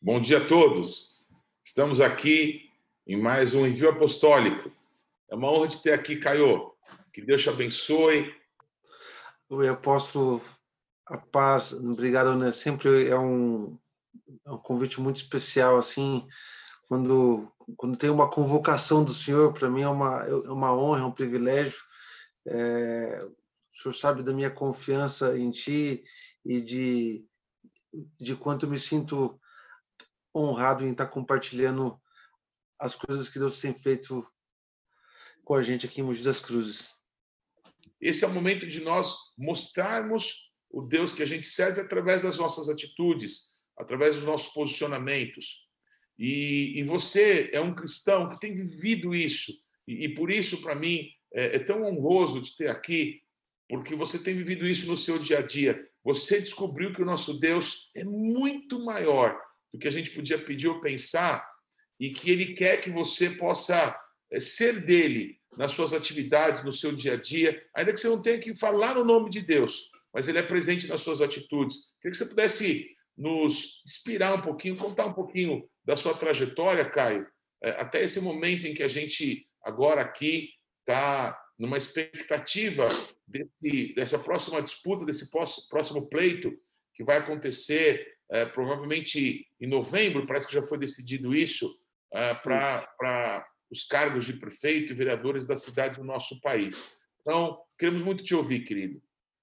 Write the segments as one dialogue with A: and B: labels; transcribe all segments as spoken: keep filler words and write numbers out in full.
A: Bom dia a todos. Estamos aqui em mais um envio apostólico. É uma honra te ter aqui, Caio. Que Deus te abençoe.
B: Oi, apóstolo, a paz, obrigado, né? Sempre é um, é um convite muito especial, assim, quando, quando tem uma convocação do Senhor, para mim é uma, é uma honra, é um privilégio. É, o Senhor sabe da minha confiança em Ti e de, de quanto eu me sinto honrado em estar compartilhando as coisas que Deus tem feito com a gente aqui em Mogi das Cruzes.
A: Esse é o momento de nós mostrarmos o Deus que a gente serve através das nossas atitudes, através dos nossos posicionamentos. E, e você é um cristão que tem vivido isso. E, e por isso, para mim, é, é tão honroso te ter aqui, porque você tem vivido isso no seu dia a dia. Você descobriu que o nosso Deus é muito maior do que a gente podia pedir ou pensar, e que Ele quer que você possa ser dele nas suas atividades, no seu dia a dia, ainda que você não tenha que falar no nome de Deus, mas Ele é presente nas suas atitudes. Queria que você pudesse nos inspirar um pouquinho, contar um pouquinho da sua trajetória, Caio, até esse momento em que a gente agora aqui está numa expectativa desse, dessa próxima disputa, desse próximo pleito que vai acontecer é, provavelmente em novembro, parece que já foi decidido isso, é, para os cargos de prefeito e vereadores da cidade do nosso país. Então, queremos muito te ouvir, querido.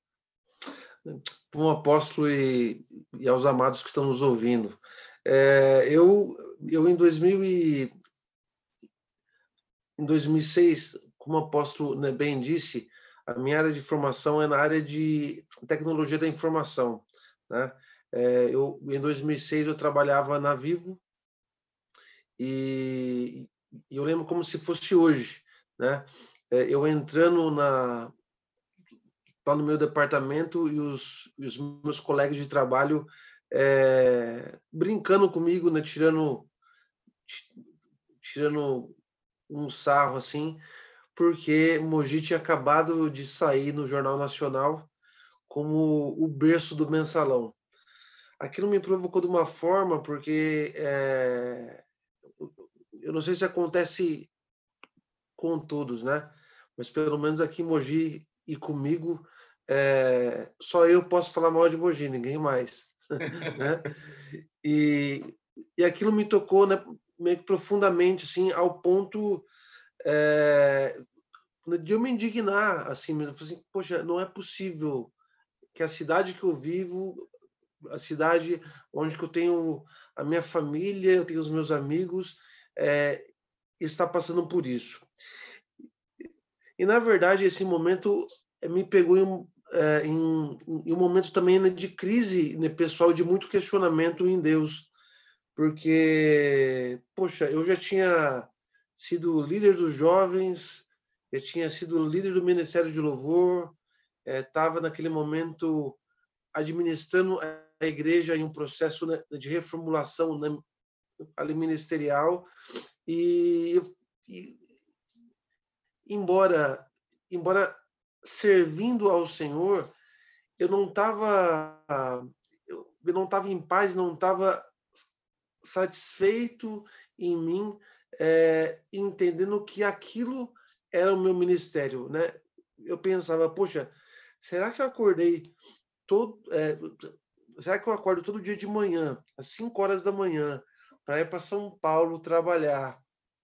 B: Um apóstolo e, e aos amados que estão nos ouvindo. É, eu, eu, em dois mil e, em dois mil e seis, como o apóstolo, né, bem disse, a minha área de formação é na área de tecnologia da informação, né? É, eu, em dois mil e seis, eu trabalhava na Vivo e, e eu lembro como se fosse hoje, né? É, eu entrando na, lá no meu departamento e os, e os meus colegas de trabalho é, brincando comigo, né? Tirando, tirando um sarro, assim, porque Mogi tinha acabado de sair no Jornal Nacional como o berço do mensalão. Aquilo me provocou de uma forma, porque é, eu não sei se acontece com todos, né? Mas pelo menos aqui em Mogi e comigo, é, só eu posso falar mal de Mogi, ninguém mais, né? E, e aquilo me tocou, né, meio que profundamente, assim, ao ponto é, de eu me indignar, assim, mesmo, assim, poxa, não é possível que a cidade que eu vivo, a cidade onde que eu tenho a minha família, eu tenho os meus amigos, é, está passando por isso. E, na verdade, esse momento me pegou em, é, em, em um momento também, né, de crise, né, pessoal, de muito questionamento em Deus. Porque, poxa, eu já tinha sido líder dos jovens, eu tinha sido líder do Ministério de Louvor, estava é, naquele momento administrando a igreja em um processo, né, de reformulação, né, ali ministerial, e, e embora, embora servindo ao Senhor, eu não estava eu, eu não estava em paz, não estava satisfeito em mim, é, entendendo que aquilo era o meu ministério, né? Eu pensava, poxa, será que eu acordei todo, é, será que eu acordo todo dia de manhã, às cinco horas da manhã, para ir para São Paulo trabalhar,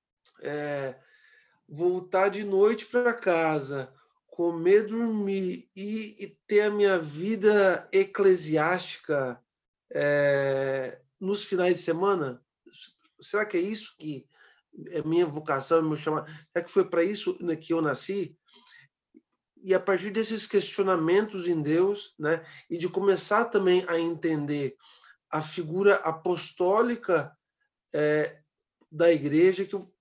B: é, voltar de noite para casa, comer, dormir e, e ter a minha vida eclesiástica é, nos finais de semana? Será que é isso que é minha vocação, meu chamado? Será que foi para isso, né, que eu nasci? E a partir desses questionamentos em Deus, né, e de começar também a entender a figura apostólica é, da igreja, que eu,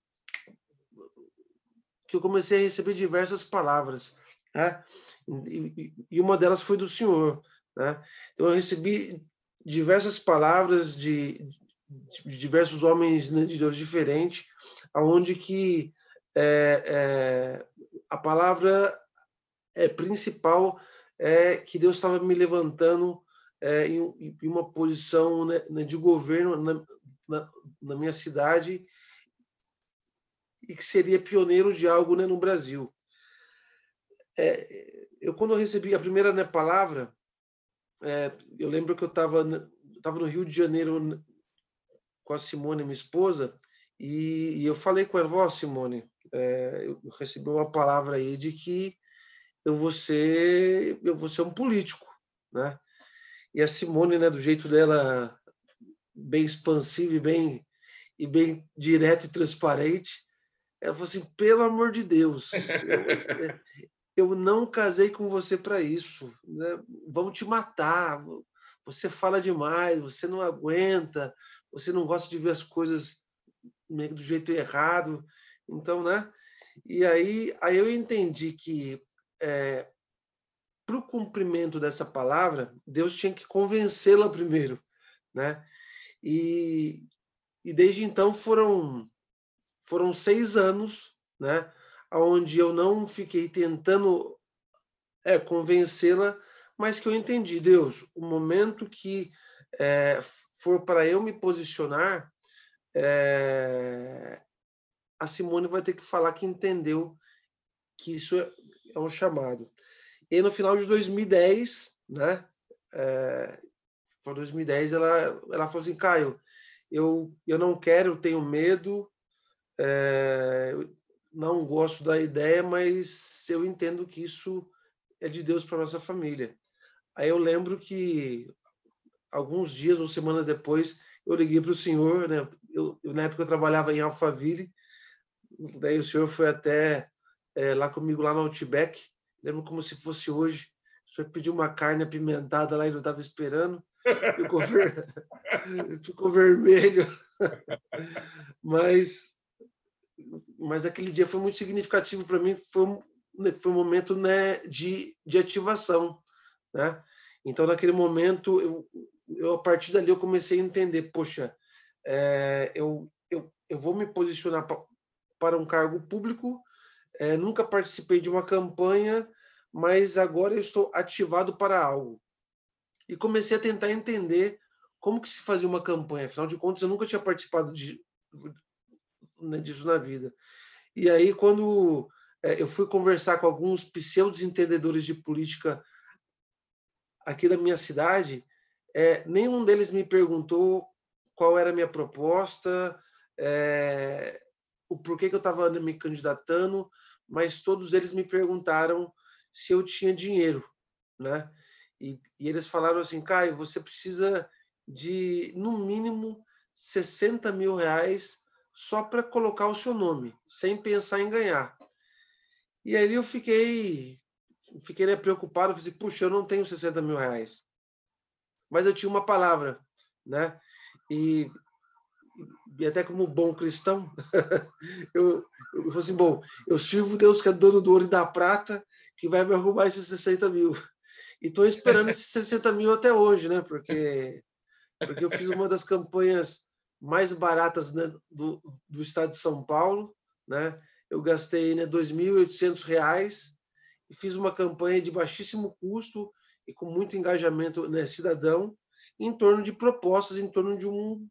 B: que eu comecei a receber diversas palavras, né? E, e uma delas foi do Senhor, né? Então eu recebi diversas palavras de, de diversos homens, né, de Deus diferentes, aonde que é, é, a palavra é, principal é que Deus estava me levantando é, em, em uma posição, né, de governo, né, na, na minha cidade e que seria pioneiro de algo, né, no Brasil. É, eu, quando eu recebi a primeira, né, palavra, é, eu lembro que eu estava estava no Rio de Janeiro com a Simone, minha esposa, e, e eu falei com ela, ó, Simone, é, eu recebi uma palavra aí de que eu vou ser, eu vou ser um político, né? E a Simone, né, do jeito dela, bem expansiva e bem, e bem direta e transparente, ela falou assim, pelo amor de Deus, eu, eu não casei com você para isso, né? Vão te matar, você fala demais, você não aguenta, você não gosta de ver as coisas meio do jeito errado, então, né? E aí, aí eu entendi que é, para o cumprimento dessa palavra, Deus tinha que convencê-la primeiro, né? E, e desde então foram foram seis anos, né? Onde eu não fiquei tentando é, convencê-la, mas que eu entendi, Deus, o momento que é, for para eu me posicionar, é, a Simone vai ter que falar que entendeu que isso é, é um chamado. E no final de dois mil e dez, né? É, foi dois mil e dez, ela, ela falou assim, Caio, eu, eu não quero, eu tenho medo, é, eu não gosto da ideia, mas eu entendo que isso é de Deus para nossa família. Aí eu lembro que alguns dias ou semanas depois eu liguei para o senhor, né? Eu, eu, na época eu trabalhava em Alphaville, daí o senhor foi até é, lá comigo lá no Outback, lembro como se fosse hoje. O senhor pediu uma carne apimentada lá e não estava esperando, ficou, ver... ficou vermelho, mas mas aquele dia foi muito significativo para mim, foi um, foi um momento, né, de, de ativação, né? Então, naquele momento, eu, eu, a partir dali, eu comecei a entender, poxa, é, eu, eu, eu vou me posicionar pra, para um cargo público, é, nunca participei de uma campanha, mas agora eu estou ativado para algo. E comecei a tentar entender como que se fazia uma campanha, afinal de contas, eu nunca tinha participado de, né, disso na vida. E aí, quando é, eu fui conversar com alguns pseudos entendedores de política aqui da minha cidade, é, nenhum deles me perguntou qual era a minha proposta, é, o porquê que eu estava me candidatando, mas todos eles me perguntaram se eu tinha dinheiro, né? E, e eles falaram assim, Caio, você precisa de, no mínimo, sessenta mil reais só para colocar o seu nome, sem pensar em ganhar. E aí eu fiquei, fiquei né, preocupado, falei, puxa, eu não tenho sessenta mil reais. Mas eu tinha uma palavra, né? E, e até como bom cristão, eu, eu falei assim, bom, eu sirvo Deus que é dono do ouro e da prata, que vai me arrumar esses sessenta mil. E estou esperando esses sessenta mil até hoje, né? Porque, porque eu fiz uma das campanhas mais baratas, né, do, do estado de São Paulo, né? Eu gastei, né, dois mil e oitocentos reais e fiz uma campanha de baixíssimo custo e com muito engajamento, né, cidadão, em torno de propostas, em torno de um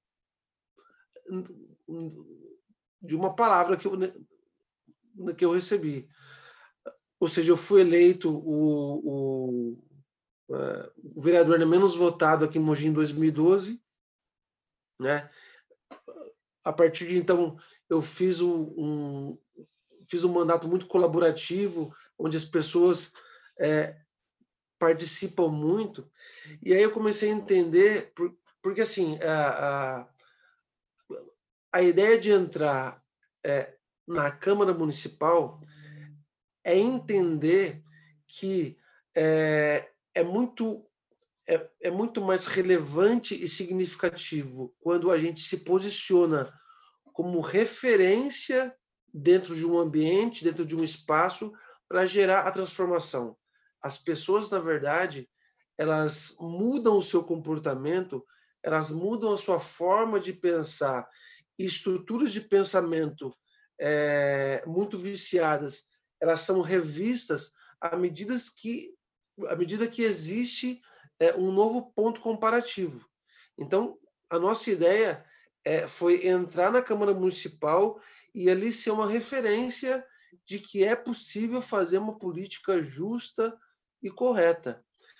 B: de uma palavra que eu, que eu recebi. Ou seja, eu fui eleito o, o, o vereador menos votado aqui em Mogi em dois mil e doze, né? A partir de então, eu fiz um, um, fiz um mandato muito colaborativo, onde as pessoas é, participam muito. E aí eu comecei a entender, porque assim, a, a, a ideia de entrar é, na Câmara Municipal é entender que é, é muito é, é muito mais relevante e significativo quando a gente se posiciona como referência dentro de um ambiente, dentro de um espaço, para gerar a transformação. As pessoas, na verdade, elas mudam o seu comportamento, elas mudam a sua forma de pensar. E estruturas de pensamento é, muito viciadas, elas são revistas à medida que, à medida que existe é, um novo ponto comparativo. Então, a nossa ideia é, foi entrar na Câmara Municipal e ali ser uma referência de que é possível fazer uma política justa e correta.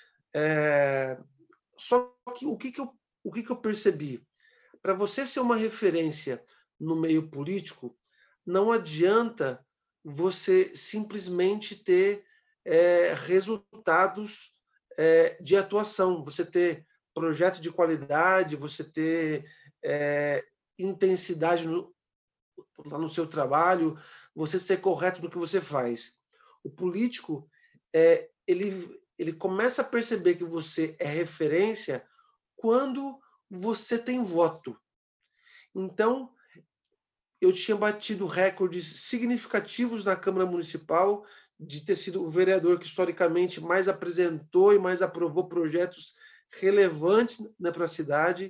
B: É, só que o que, que, eu, o que, que eu percebi? Para você ser uma referência no meio político, não adianta você simplesmente ter é, resultados é, de atuação, você ter projeto de qualidade, você ter é, intensidade no, no seu trabalho, você ser correto no que você faz. O político, é, ele, ele começa a perceber que você é referência quando você tem voto. Então, eu tinha batido recordes significativos na Câmara Municipal, de ter sido o vereador que historicamente mais apresentou e mais aprovou projetos relevantes, né, para a cidade.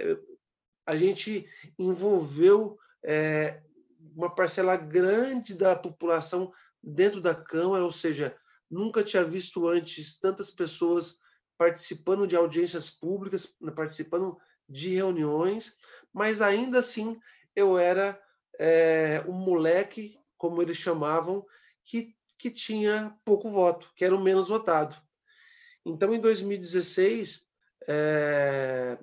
B: A gente envolveu é, uma parcela grande da população dentro da Câmara, ou seja, nunca tinha visto antes tantas pessoas participando de audiências públicas, participando de reuniões, mas ainda assim eu era é, um moleque, como eles chamavam, que, que tinha pouco voto, que era o menos votado. Então, em dois mil e dezesseis, é,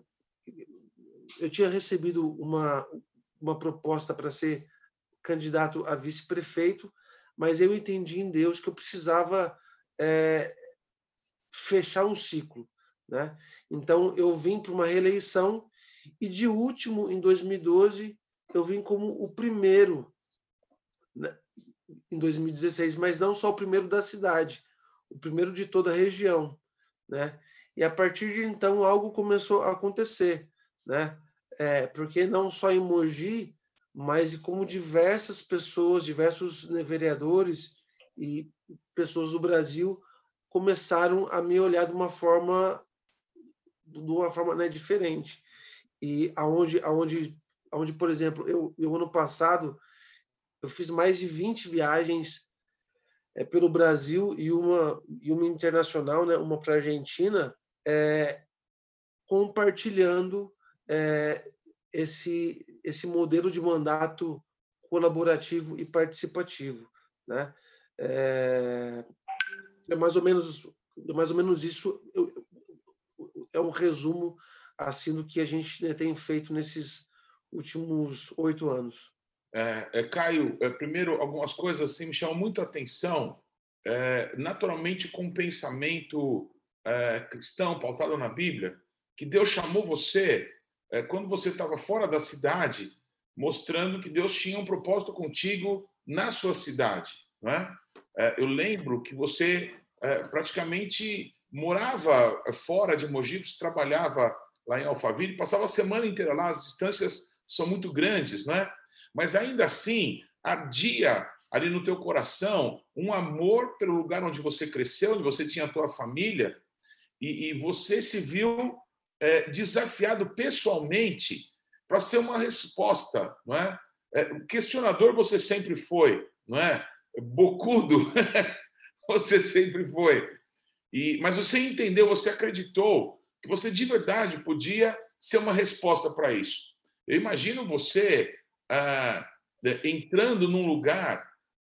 B: eu tinha recebido uma, uma proposta para ser candidato a vice-prefeito, mas eu entendi em Deus que eu precisava é, fechar um ciclo, né? Então, eu vim para uma reeleição e, de último, em dois mil e doze, eu vim como o primeiro, né, em dois mil e dezesseis, mas não só o primeiro da cidade, o primeiro de toda a região, né? E a partir de então algo começou a acontecer, né? É, porque não só em Mogi, mas como diversas pessoas, diversos vereadores e pessoas do Brasil começaram a me olhar de uma forma, de uma forma, né, diferente. E aonde, aonde, aonde, por exemplo, eu, eu ano passado eu fiz mais de vinte viagens é, pelo Brasil e uma, e uma internacional, né, uma para a Argentina, é, compartilhando é, esse, esse modelo de mandato colaborativo e participativo, né? É, é mais ou menos, é mais ou menos isso. Eu, é um resumo assim do que a gente, né, tem feito nesses últimos oito anos.
A: É, é, Caio, é, primeiro, algumas coisas assim, me chamam muito a atenção, é, naturalmente com um pensamento é, cristão, pautado na Bíblia, que Deus chamou você é, quando você estava fora da cidade, mostrando que Deus tinha um propósito contigo na sua cidade. Não é? É, eu lembro que você é, praticamente morava fora de Mogi, você trabalhava lá em Alphaville, passava a semana inteira lá, as distâncias são muito grandes, não é? Mas ainda assim, ardia ali no teu coração um amor pelo lugar onde você cresceu, onde você tinha a tua família, e, e você se viu é, desafiado pessoalmente para ser uma resposta, não é? é? Questionador você sempre foi, não é? Bocudo você sempre foi. E, mas você entendeu, você acreditou que você de verdade podia ser uma resposta para isso. Eu imagino você ah, entrando num lugar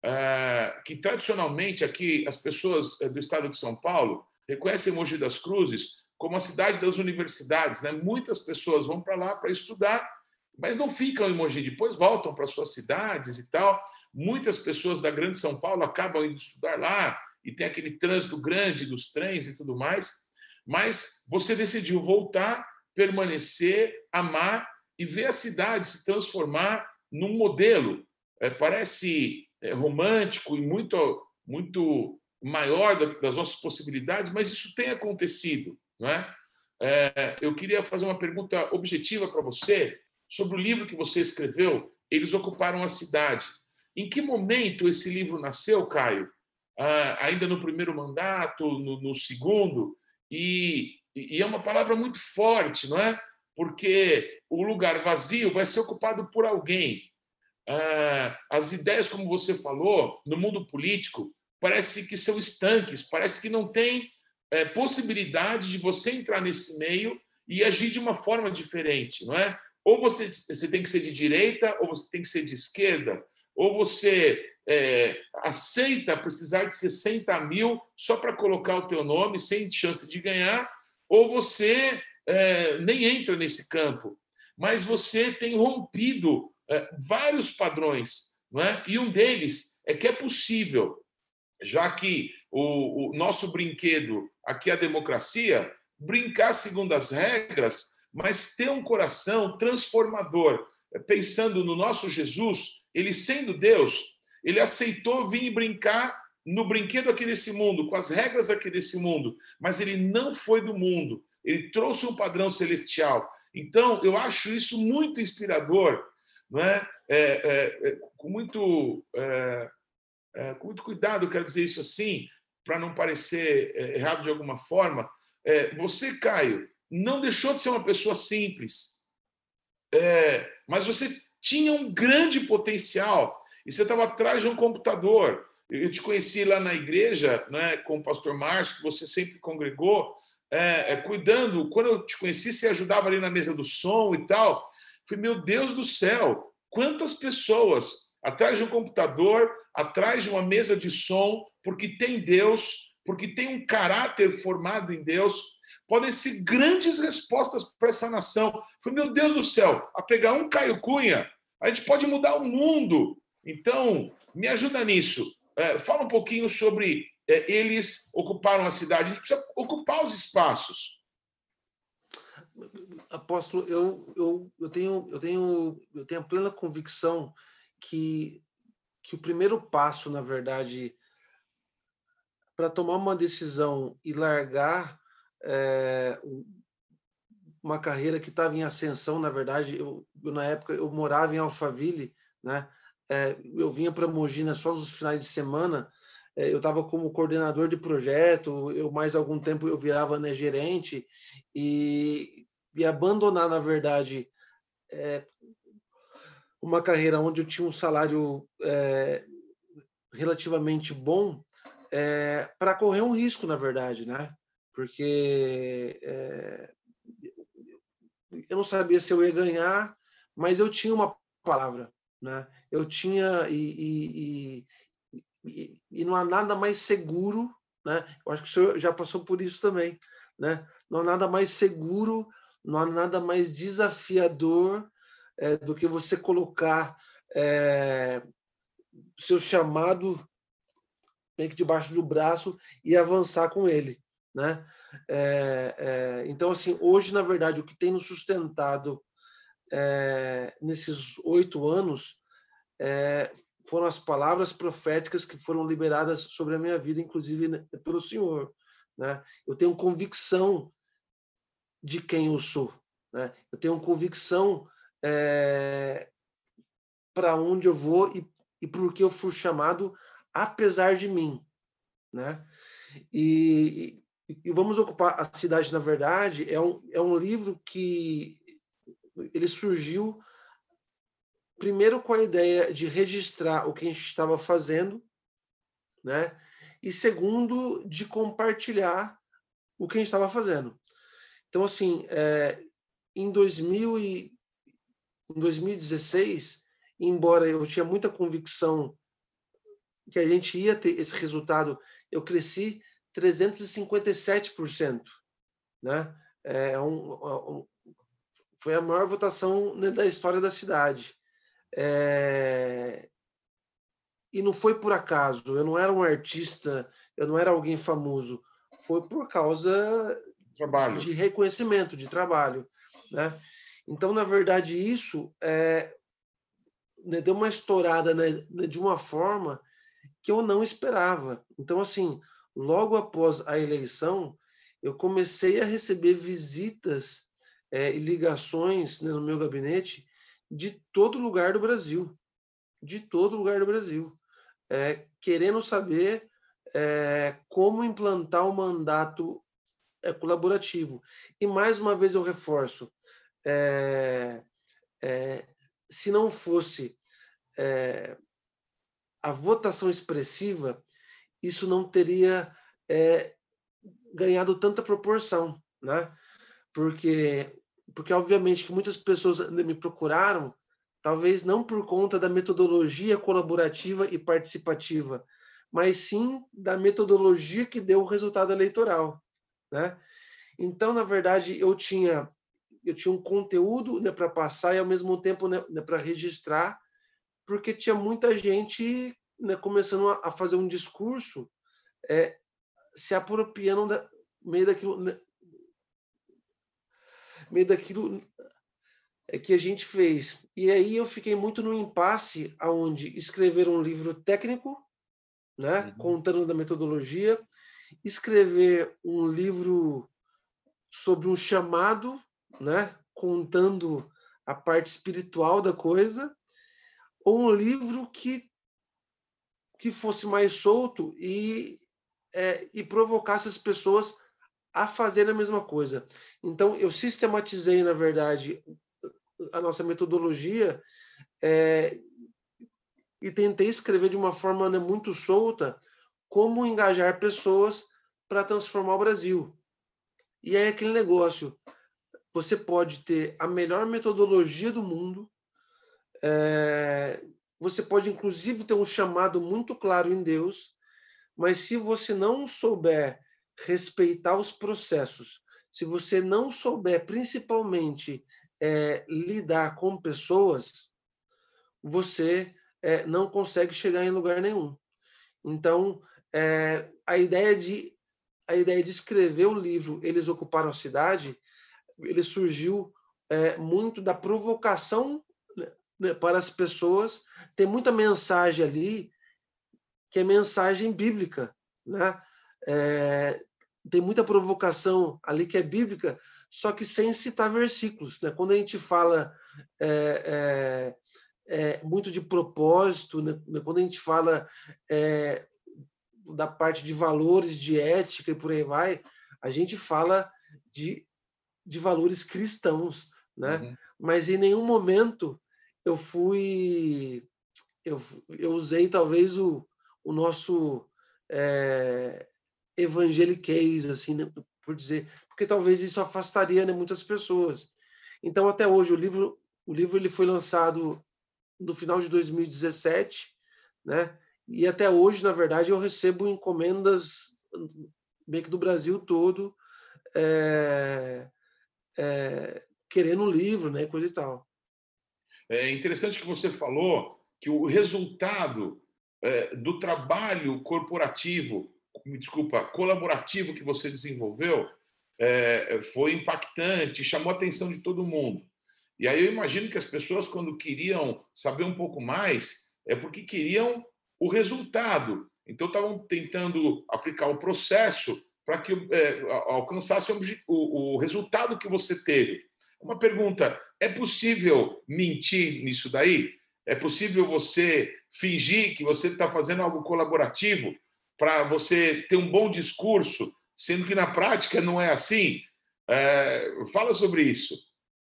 A: ah, que tradicionalmente aqui as pessoas do estado de São Paulo reconhecem Mogi das Cruzes como a cidade das universidades, né? Muitas pessoas vão para lá para estudar, mas não ficam em Mogi, depois voltam para suas cidades e tal. Muitas pessoas da Grande São Paulo acabam indo estudar lá e tem aquele trânsito grande dos trens e tudo mais, mas você decidiu voltar, permanecer, amar e ver a cidade se transformar num modelo. É, parece é, romântico e muito, muito maior das nossas possibilidades, mas isso tem acontecido. Não é? É, eu queria fazer uma pergunta objetiva para você sobre o livro que você escreveu, Eles Ocuparam a Cidade. Em que momento esse livro nasceu, Caio? Ah, ainda no primeiro mandato, no, no segundo? E, e é uma palavra muito forte, não é? Porque o lugar vazio vai ser ocupado por alguém. Ah, as ideias, como você falou, no mundo político, parece que são estanques, parece que não tem é, possibilidade de você entrar nesse meio e agir de uma forma diferente, não é? ou você, você tem que ser de direita, ou você tem que ser de esquerda, ou você é, aceita precisar de sessenta mil só para colocar o teu nome, sem chance de ganhar, ou você é, nem entra nesse campo. Mas você tem rompido é, vários padrões, não é? E um deles é que é possível, já que o, o nosso brinquedo aqui é a democracia, brincar segundo as regras, mas ter um coração transformador, pensando no nosso Jesus. Ele, sendo Deus, ele aceitou vir e brincar no brinquedo aqui desse mundo, com as regras aqui desse mundo, mas ele não foi do mundo, ele trouxe um padrão celestial. Então, eu acho isso muito inspirador, não é? É, é, é com muito... É, É, com muito cuidado, eu quero dizer isso assim, para não parecer é, errado de alguma forma. É, você, Caio, não deixou de ser uma pessoa simples, é, mas você tinha um grande potencial e você estava atrás de um computador. Eu te conheci lá na igreja, né, com o pastor Márcio, que você sempre congregou, é, é, cuidando. Quando eu te conheci, você ajudava ali na mesa do som e tal. Falei, meu Deus do céu, quantas pessoas atrás de um computador, atrás de uma mesa de som, porque tem Deus, porque tem um caráter formado em Deus, podem ser grandes respostas para essa nação. Falei, meu Deus do céu, a pegar um Caio Cunha, a gente pode mudar o mundo. Então, me ajuda nisso. É, fala um pouquinho sobre é, eles ocuparam a cidade. A gente precisa ocupar os espaços.
B: Apóstolo, eu, eu, eu, tenho, eu, tenho, eu tenho a plena convicção que, que o primeiro passo, na verdade, para tomar uma decisão e largar é, uma carreira que estava em ascensão, na verdade, eu, eu, na época eu morava em Alphaville, né? É, eu vinha para Mogi só nos finais de semana, é, eu estava como coordenador de projeto, eu mais algum tempo eu virava, né, gerente, e, e abandonar, na verdade, é, uma carreira onde eu tinha um salário é, relativamente bom, é, para correr um risco, na verdade, né? Porque é, eu não sabia se eu ia ganhar, mas eu tinha uma palavra, né? Eu tinha e, e, e, e não há nada mais seguro, né? Eu acho que o senhor já passou por isso também, né? Não há nada mais seguro, não há nada mais desafiador é, do que você colocar é, seu chamado meio que debaixo do braço e avançar com ele, né? É, é, então, assim, hoje, na verdade, o que tem nos sustentado é, nesses oito anos é, foram as palavras proféticas que foram liberadas sobre a minha vida, inclusive, né, pelo Senhor, né? Eu tenho convicção de quem eu sou, né? Eu tenho convicção é, para onde eu vou e, e por que eu fui chamado, apesar de mim, né? E, e, e Vamos Ocupar a Cidade, na verdade, é um, é um livro que ele surgiu primeiro com a ideia de registrar o que a gente estava fazendo, né? E segundo, de compartilhar o que a gente estava fazendo. Então, assim, é, em, dois mil e, em dois mil e dezesseis, embora eu tinha muita convicção que a gente ia ter esse resultado, eu cresci trezentos e cinquenta e sete por cento, né? É um, um, foi a maior votação, né, da história da cidade. É... E não foi por acaso, eu não era um artista, eu não era alguém famoso, foi por causa
A: Trabalho.
B: de reconhecimento, de trabalho, né? Então, na verdade, isso é, né, deu uma estourada, né, de uma forma que eu não esperava. Então, assim, logo após a eleição, eu comecei a receber visitas é, e ligações, né, no meu gabinete de todo lugar do Brasil, de todo lugar do Brasil, é, querendo saber é, como implantar o mandato é, colaborativo. E, mais uma vez, eu reforço, é, é, se não fosse é, a votação expressiva, isso não teria é, ganhado tanta proporção, né? Porque porque obviamente que muitas pessoas me procuraram, talvez não por conta da metodologia colaborativa e participativa, mas sim da metodologia que deu o resultado eleitoral, né? Então, na verdade, eu tinha eu tinha um conteúdo, né, para passar e ao mesmo tempo, né, né, para registrar, porque tinha muita gente, né, começando a, a fazer um discurso, é, se apropriando da, meio daquilo, né, meio daquilo é, que a gente fez. E aí eu fiquei muito no impasse aonde escrever um livro técnico, né,
A: Uhum.
B: contando da metodologia, escrever um livro sobre um chamado, né, contando a parte espiritual da coisa, ou um livro que que fosse mais solto e é, e provocasse as pessoas a fazerem a mesma coisa. Então eu sistematizei, na verdade, a nossa metodologia, é, e tentei escrever de uma forma, né, muito solta como engajar pessoas para transformar o Brasil. E aí aquele negócio, você pode ter a melhor metodologia do mundo, é, você pode inclusive ter um chamado muito claro em Deus, mas se você não souber respeitar os processos, se você não souber principalmente é, lidar com pessoas, você é, não consegue chegar em lugar nenhum. Então, é, a ideia de a ideia de escrever o livro Eles Ocuparam a Cidade, ele surgiu é, muito da provocação, né, para as pessoas. Tem muita mensagem ali que é mensagem bíblica, né? É, tem muita provocação ali que é bíblica, só que sem citar versículos, né? Quando a gente fala é, é, é, muito de propósito, né? Quando a gente fala é, da parte de valores, de ética e por aí vai, a gente fala de, de valores cristãos, né?
A: Uhum.
B: Mas em nenhum momento eu fui, eu, eu usei talvez o, o nosso é, evangeliquez, assim, né, por dizer, porque talvez isso afastaria, né, muitas pessoas. Então, até hoje, o livro, o livro ele foi lançado no final de dois mil e dezessete, né? E até hoje, na verdade, eu recebo encomendas meio que do Brasil todo, é, é, querendo um livro, né, coisa e tal.
A: É interessante que você falou que o resultado é, do trabalho corporativo, me desculpa, colaborativo que você desenvolveu é, foi impactante, chamou a atenção de todo mundo. E aí eu imagino que as pessoas, quando queriam saber um pouco mais, é porque queriam o resultado. Então estavam tentando aplicar o processo para que é, alcançasse o, o resultado que você teve. Uma pergunta: é possível mentir nisso daí? É possível você fingir que você está fazendo algo colaborativo para você ter um bom discurso, sendo que na prática não é assim? É, fala sobre isso.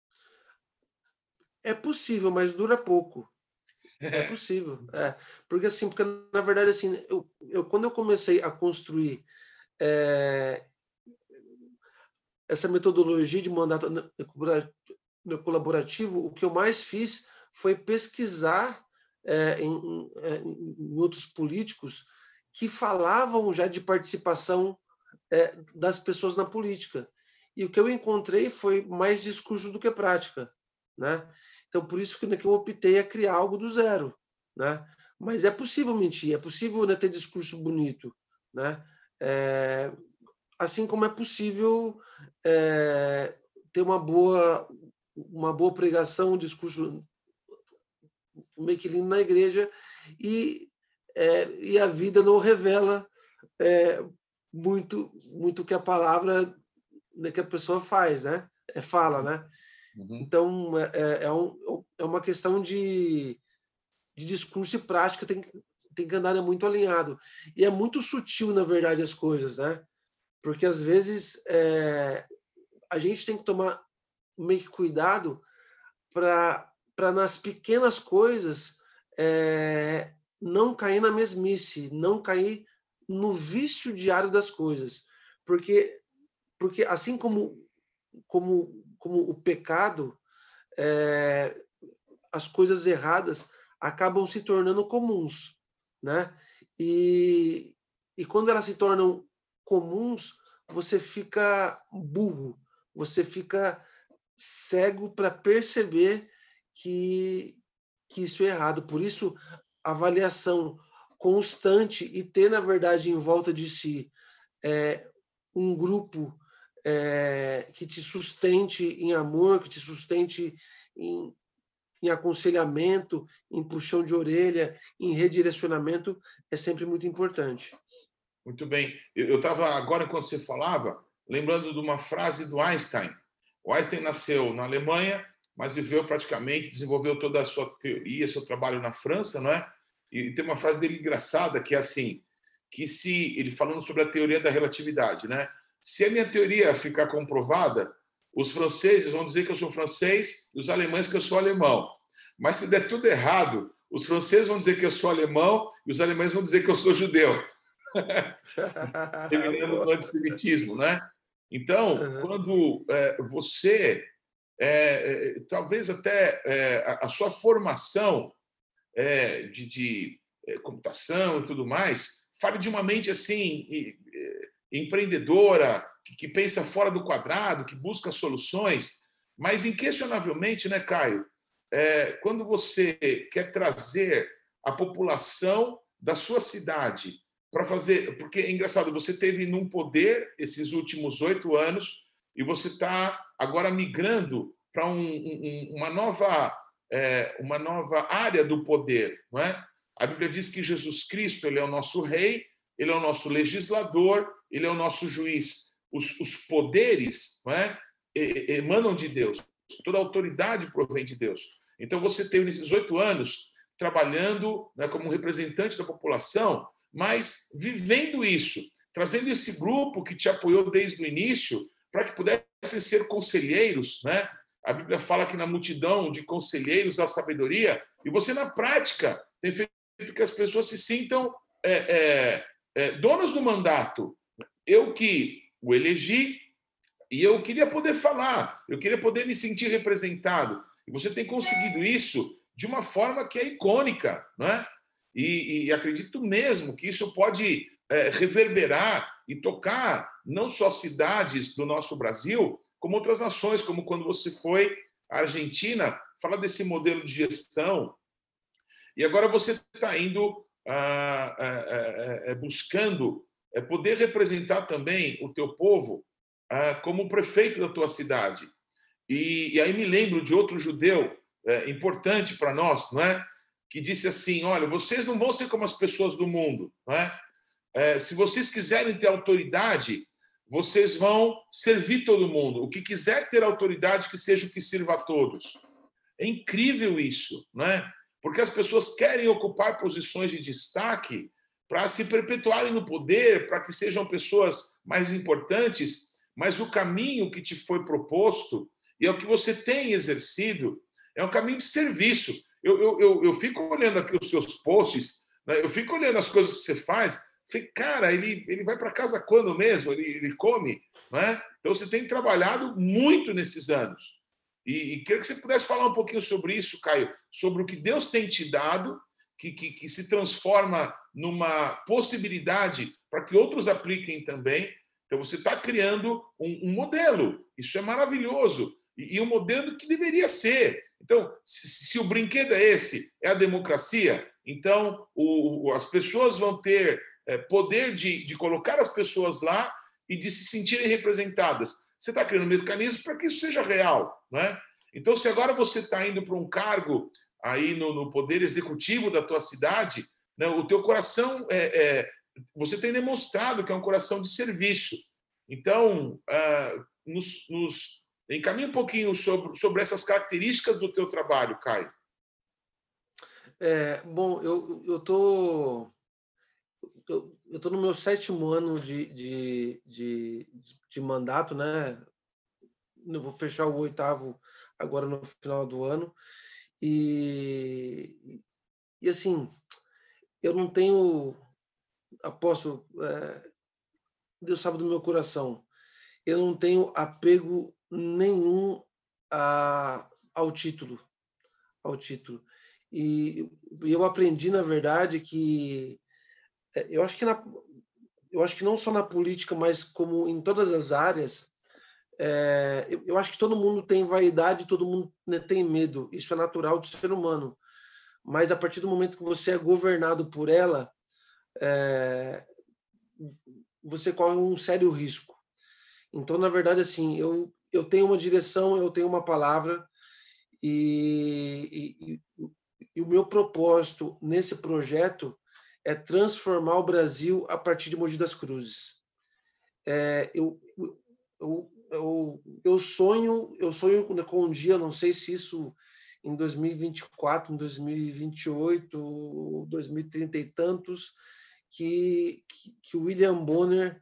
B: É possível, mas dura pouco. É possível, é. Porque assim, porque na verdade assim, eu, eu quando eu comecei a construir é, essa metodologia de mandato colaborativo, o que eu mais fiz foi pesquisar é, em, em, em outros políticos que falavam já de participação é, das pessoas na política. E o que eu encontrei foi mais discurso do que prática, né? Então, por isso que, né, que eu optei a criar algo do zero, né? Mas é possível mentir, é possível, né, ter discurso bonito, né? É, assim como é possível é, ter uma boa uma boa pregação, um discurso meio que lindo na igreja e é, e a vida não revela é, muito muito que a palavra, né, que a pessoa faz, né? É, fala, né?
A: Uhum.
B: Então é, é, é um, é uma questão de, de discurso e prática, tem, tem que andar, né, muito alinhado. E é muito sutil, na verdade, as coisas, né? Porque às vezes é, a gente tem que tomar meio que cuidado para para nas pequenas coisas é, não cair na mesmice, não cair no vício diário das coisas, porque porque assim como como como o pecado, é, as coisas erradas acabam se tornando comuns, né? E, e quando elas se tornam comuns, você fica burro, você fica cego para perceber que, que isso é errado. Por isso, a avaliação constante e ter, na verdade, em volta de si é, um grupo é, que te sustente em amor, que te sustente em, em aconselhamento, em puxão de orelha, em redirecionamento, é sempre muito importante.
A: Muito bem. Eu estava, agora, enquanto você falava, lembrando de uma frase do Einstein. O Einstein nasceu na Alemanha, mas viveu praticamente, desenvolveu toda a sua teoria, seu trabalho na França, não é? E tem uma frase dele engraçada, que é assim, que se, ele falando sobre a teoria da relatividade, né? Se a minha teoria ficar comprovada, os franceses vão dizer que eu sou francês e os alemães que eu sou alemão. Mas se der tudo errado, os franceses vão dizer que eu sou alemão e os alemães vão dizer que eu sou judeu. Terminando no antissemitismo, né? Então, uhum. quando é, você, é, é, talvez até é, a, a sua formação é, de, de é, computação e tudo mais, fale de uma mente assim, empreendedora, que, que pensa fora do quadrado, que busca soluções, mas inquestionavelmente, né, Caio, é, quando você quer trazer a população da sua cidade para fazer, porque é engraçado, você teve num poder esses últimos oito anos e você está agora migrando para um, um, uma nova é, uma nova área do poder, não é? A Bíblia diz que Jesus Cristo, ele é o nosso rei, ele é o nosso legislador, ele é o nosso juiz. Os, os poderes, não é? Emanam de Deus. Toda a autoridade provém de Deus. Então você teve nesses oito anos trabalhando, né, como representante da população, mas vivendo isso, trazendo esse grupo que te apoiou desde o início para que pudessem ser conselheiros, né? A Bíblia fala que na multidão de conselheiros há sabedoria, e você, na prática, tem feito que as pessoas se sintam é, é, é, donas do mandato. Eu que o elegi, e eu queria poder falar, eu queria poder me sentir representado. E você tem conseguido isso de uma forma que é icônica, não é? E, e acredito mesmo que isso pode é, reverberar e tocar não só cidades do nosso Brasil, como outras nações, como quando você foi à Argentina, fala desse modelo de gestão. E agora você está indo ah, ah, ah, buscando poder representar também o teu povo ah, como prefeito da tua cidade. E, e aí me lembro de outro judeu é, importante para nós, não é? Que disse assim, olha, vocês não vão ser como as pessoas do mundo, não é? É, se vocês quiserem ter autoridade, vocês vão servir todo mundo. O que quiser ter autoridade, que seja o que sirva a todos. É incrível isso, não é? Porque as pessoas querem ocupar posições de destaque para se perpetuarem no poder, para que sejam pessoas mais importantes, mas o caminho que te foi proposto e é o que você tem exercido é um caminho de serviço. Eu, eu, eu, eu fico olhando aqui os seus posts, né? Eu fico olhando as coisas que você faz. Falei, cara, ele, ele vai para casa quando mesmo? Ele, ele come? Né? Então, você tem trabalhado muito nesses anos. E, e queria que você pudesse falar um pouquinho sobre isso, Caio, sobre o que Deus tem te dado, que, que, que se transforma numa possibilidade para que outros apliquem também. Então, você está criando um, um modelo. Isso é maravilhoso. E, e um modelo que deveria ser. Então, se, se o brinquedo é esse, é a democracia, então o, as pessoas vão ter é, poder de, de colocar as pessoas lá e de se sentirem representadas. Você está criando um mecanismo para que isso seja real, né? Então, se agora você está indo para um cargo aí no, no poder executivo da tua cidade, né, o teu coração é, é, você tem demonstrado que é um coração de serviço. Então, uh, nos, nos encaminha um pouquinho sobre, sobre essas características do teu trabalho, Caio.
B: É, bom, eu eu tô eu, eu tô no meu sétimo ano de, de, de, de mandato, né? Eu vou fechar o oitavo agora no final do ano e e assim eu não tenho, aposto, é, Deus sabe do meu coração, eu não tenho apego nenhum a, ao título, ao título. E eu aprendi, na verdade, que eu acho que na, eu acho que não só na política, mas como em todas as áreas, é, eu, eu acho que todo mundo tem vaidade, todo mundo, né, tem medo. Isso é natural do ser humano. Mas a partir do momento que você é governado por ela, é, você corre um sério risco. Então, na verdade, assim, eu, eu tenho uma direção, eu tenho uma palavra, e, e, e o meu propósito nesse projeto é transformar o Brasil a partir de Mogi das Cruzes. É, eu, eu, eu, eu sonho, eu sonho com um dia, não sei se isso em dois mil e vinte e quatro, em dois mil e vinte e oito, dois mil e trinta e tantos, que, que, que o William Bonner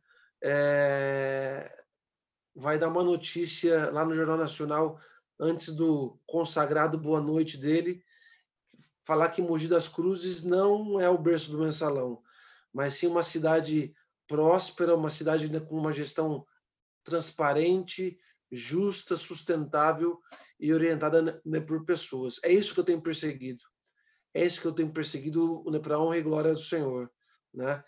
B: é, vai dar uma notícia lá no Jornal Nacional antes do consagrado Boa Noite dele, falar que Mogi das Cruzes não é o berço do mensalão, mas sim uma cidade próspera, uma cidade com uma gestão transparente, justa, sustentável e orientada por pessoas. É isso que eu tenho perseguido. É isso que eu tenho perseguido, né, para a honra e glória do Senhor, né?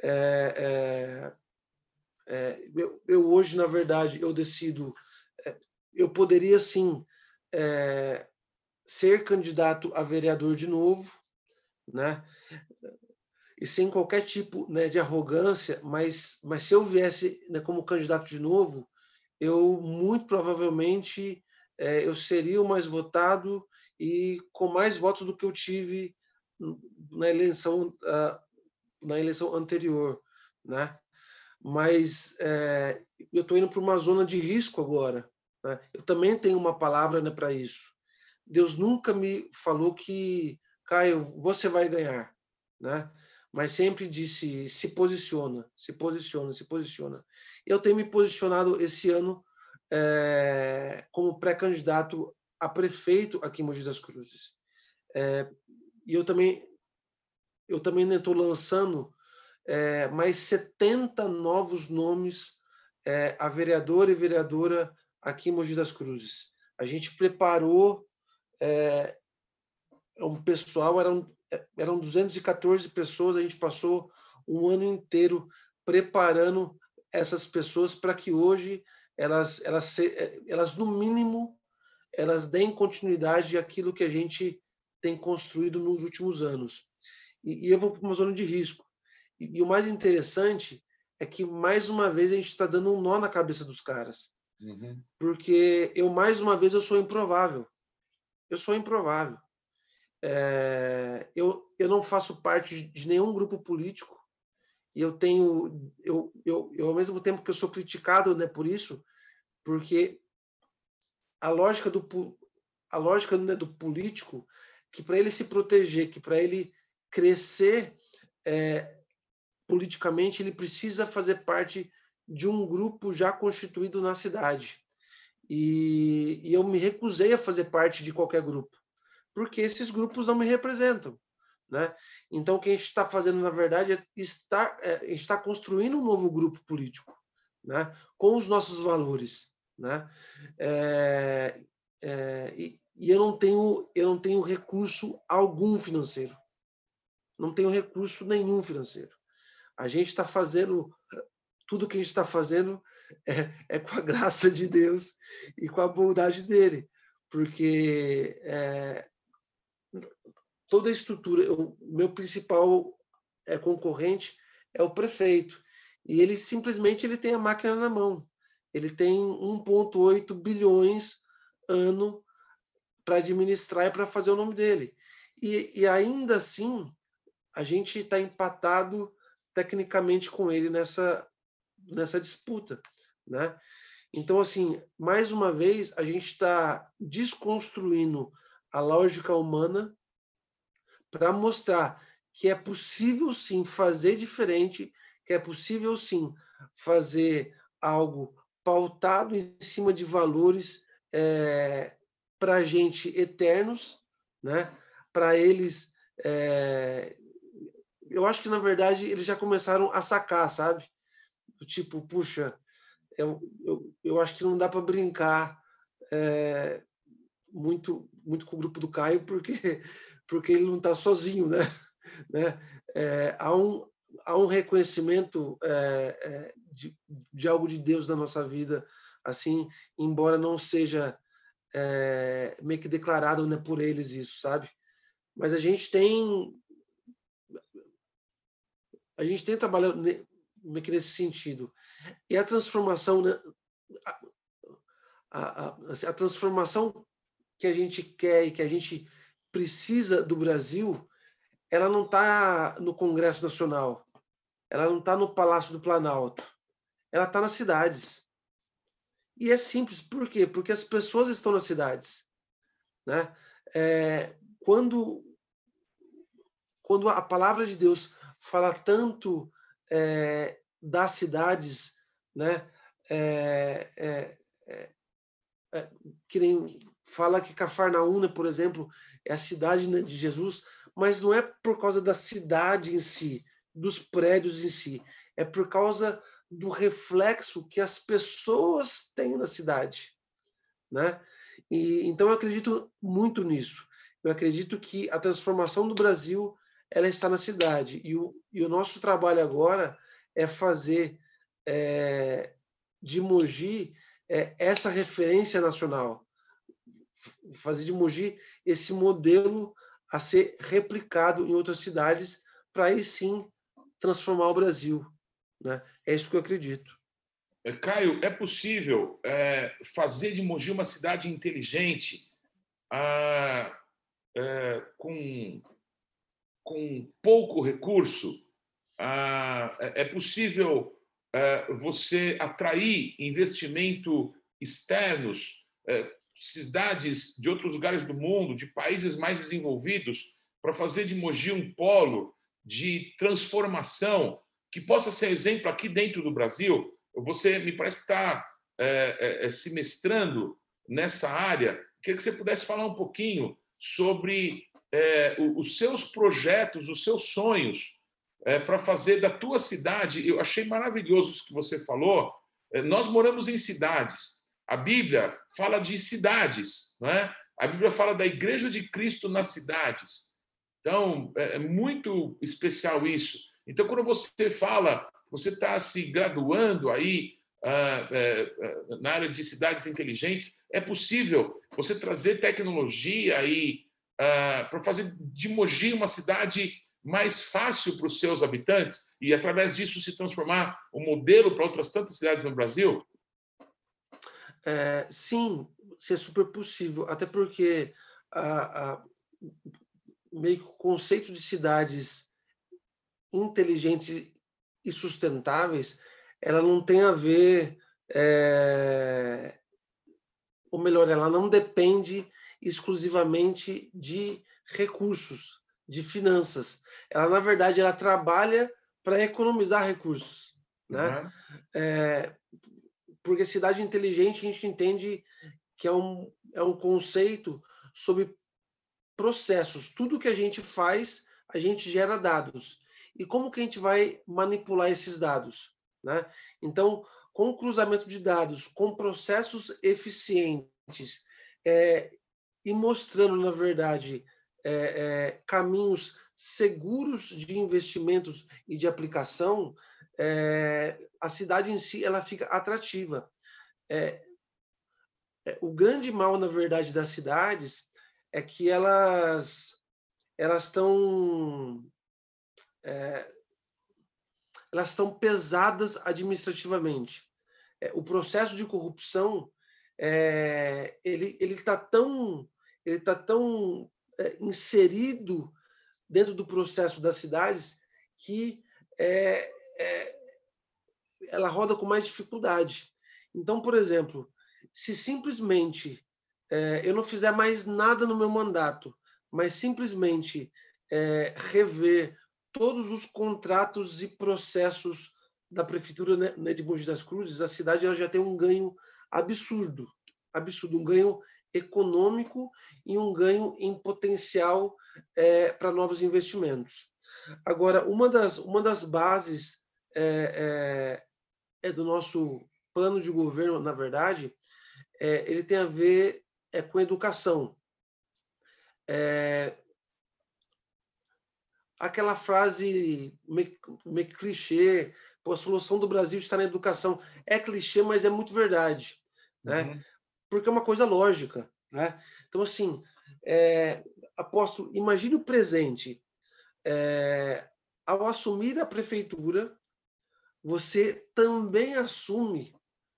B: É, é, é, eu, eu hoje, na verdade, eu decido. É, eu poderia sim é, ser candidato a vereador de novo, né? E sem qualquer tipo, né, de arrogância, mas, mas se eu viesse, né, como candidato de novo, eu muito provavelmente é, eu seria o mais votado e com mais votos do que eu tive na eleição uh, na eleição anterior, né? Mas é, eu estou indo para uma zona de risco agora, né? Eu também tenho uma palavra, né, para isso. Deus nunca me falou que, Caio, você vai ganhar, né? Mas sempre disse, se posiciona, se posiciona, se posiciona. Eu tenho me posicionado esse ano é, como pré-candidato a prefeito aqui em Mogi das Cruzes. É, e eu também eu também estou lançando é, mais setenta novos nomes é, a vereador e vereadora aqui em Mogi das Cruzes. A gente preparou é, um pessoal, eram, eram duzentas e quatorze pessoas, a gente passou um ano inteiro preparando essas pessoas para que hoje elas, elas, elas, no mínimo, elas deem continuidade àquilo que a gente tem construído nos últimos anos. E, e eu vou para uma zona de risco. E, e o mais interessante é que, mais uma vez, a gente está dando um nó na cabeça dos caras. Uhum. Porque eu, mais uma vez, eu sou improvável. Eu sou improvável. É, eu, eu não faço parte de nenhum grupo político e eu tenho eu, eu, eu ao mesmo tempo que eu sou criticado, né, por isso, porque a lógica do a lógica, né, do político, que para ele se proteger, que para ele crescer é, politicamente, ele precisa fazer parte de um grupo já constituído na cidade, e, e eu me recusei a fazer parte de qualquer grupo, porque esses grupos não me representam, né? Então, o que a gente está fazendo, na verdade, é estar, é, está construindo um novo grupo político, né? Com os nossos valores, né? É, é, e, e eu não tenho, eu não tenho recurso algum financeiro, não tenho recurso nenhum financeiro. A gente está fazendo tudo que a gente está fazendo é, é com a graça de Deus e com a bondade dele, porque é, toda a estrutura, o meu principal é, concorrente é o prefeito, e ele simplesmente ele tem a máquina na mão. Ele tem um vírgula oito bilhões ano para administrar e para fazer o nome dele. E, e ainda assim, a gente está empatado tecnicamente com ele nessa, nessa disputa, né? Então, assim, mais uma vez, a gente está desconstruindo a lógica humana para mostrar que é possível sim fazer diferente, que é possível sim fazer algo pautado em cima de valores é, para a gente eternos, né? Para eles, é, eu acho que na verdade eles já começaram a sacar, sabe? Do tipo, puxa, eu, eu, eu acho que não dá para brincar é, muito, muito com o grupo do Caio, porque, porque ele não está sozinho, né? né? É, há, um, há um reconhecimento é, é, de, de algo de Deus na nossa vida, assim, embora não seja é, meio que declarado, né, por eles isso, sabe? Mas a gente tem a gente tem trabalhado meio que nesse sentido. E a transformação, né, a, a, a, assim, a transformação que a gente quer e que a gente precisa do Brasil, ela não está no Congresso Nacional, ela não está no Palácio do Planalto, ela está nas cidades. E é simples, por quê? Porque as pessoas estão nas cidades, né? É, quando, quando a palavra de Deus fala tanto é, das cidades, né? É, é, é, é, que nem fala que Cafarnaum, né, por exemplo, é a cidade, né, de Jesus, mas não é por causa da cidade em si, dos prédios em si, é por causa do reflexo que as pessoas têm na cidade, né? E então eu acredito muito nisso. Eu acredito que a transformação do Brasil ela está na cidade e o, e o nosso trabalho agora é fazer é, de Mogi é, essa referência nacional, fazer de Mogi esse modelo a ser replicado em outras cidades para aí sim transformar o Brasil, né? É isso que eu acredito.
A: Caio, é possível é, fazer de Mogi uma cidade inteligente, ah, é, com, com pouco recurso? Ah, é possível é, você atrair investimento externos, é, cidades de outros lugares do mundo, de países mais desenvolvidos, para fazer de Mogi um polo de transformação que possa ser exemplo aqui dentro do Brasil? Você me parece estar é, é, se mestrando nessa área. Queria que você pudesse falar um pouquinho sobre é, os seus projetos, os seus sonhos é, para fazer da tua cidade. Eu achei maravilhoso isso que você falou. É, nós moramos em cidades. A Bíblia fala de cidades, não é? A Bíblia fala da Igreja de Cristo nas cidades. Então, é muito especial isso. Então, quando você fala, você está se graduando aí ah, é, na área de cidades inteligentes, é possível você trazer tecnologia aí ah, para fazer de Mogi uma cidade mais fácil para os seus habitantes e, através disso, se transformar um modelo para outras tantas cidades no Brasil?
B: É, sim, isso é super possível, até porque a, a, meio que o conceito de cidades inteligentes e sustentáveis, ela não tem a ver, é, ou melhor, ela não depende exclusivamente de recursos, de finanças. Ela, na verdade, ela trabalha para economizar recursos, né?
A: Uhum.
B: É, porque cidade inteligente a gente entende que é um, é um conceito sobre processos. Tudo que a gente faz, a gente gera dados. E como que a gente vai manipular esses dados, né? Então, com o cruzamento de dados, com processos eficientes, é, e mostrando, na verdade, é, é, caminhos seguros de investimentos e de aplicação, é, a cidade em si ela fica atrativa. É, é, o grande mal, na verdade, das cidades é que elas elas estão é, elas estão pesadas administrativamente. É, o processo de corrupção é, ele ele está tão ele está tão é, inserido dentro do processo das cidades que é, é, ela roda com mais dificuldade. Então, por exemplo, se simplesmente é, eu não fizer mais nada no meu mandato, mas simplesmente é, rever todos os contratos e processos da prefeitura, né, de Mogi das Cruzes, a cidade ela já tem um ganho absurdo, absurdo, um ganho econômico e um ganho em potencial é, para novos investimentos. Agora, uma das, uma das bases é, é, é do nosso plano de governo, na verdade, é, ele tem a ver é com educação. É, aquela frase meio, meio clichê, pô, a solução do Brasil está na educação. É clichê, mas é muito verdade, né?
A: Uhum.
B: Porque é uma coisa lógica, né? Então, assim, é, apóstolo, imagine o presente. É, ao assumir a prefeitura, você também assume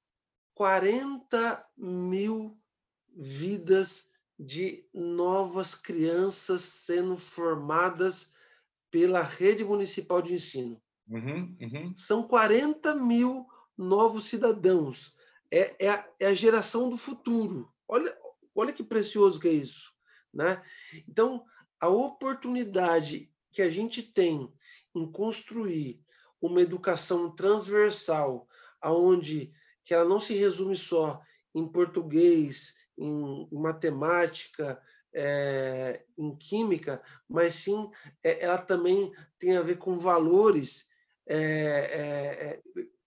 B: quarenta mil vidas de novas crianças sendo formadas pela rede municipal de ensino.
A: Uhum. Uhum.
B: São quarenta mil novos cidadãos. É, é, a, é a geração do futuro. Olha, olha que precioso que é isso, né? Então, a oportunidade que a gente tem em construir uma educação transversal, aonde que ela não se resume só em português, em matemática, é, em química, mas sim é, ela também tem a ver com valores, é, é,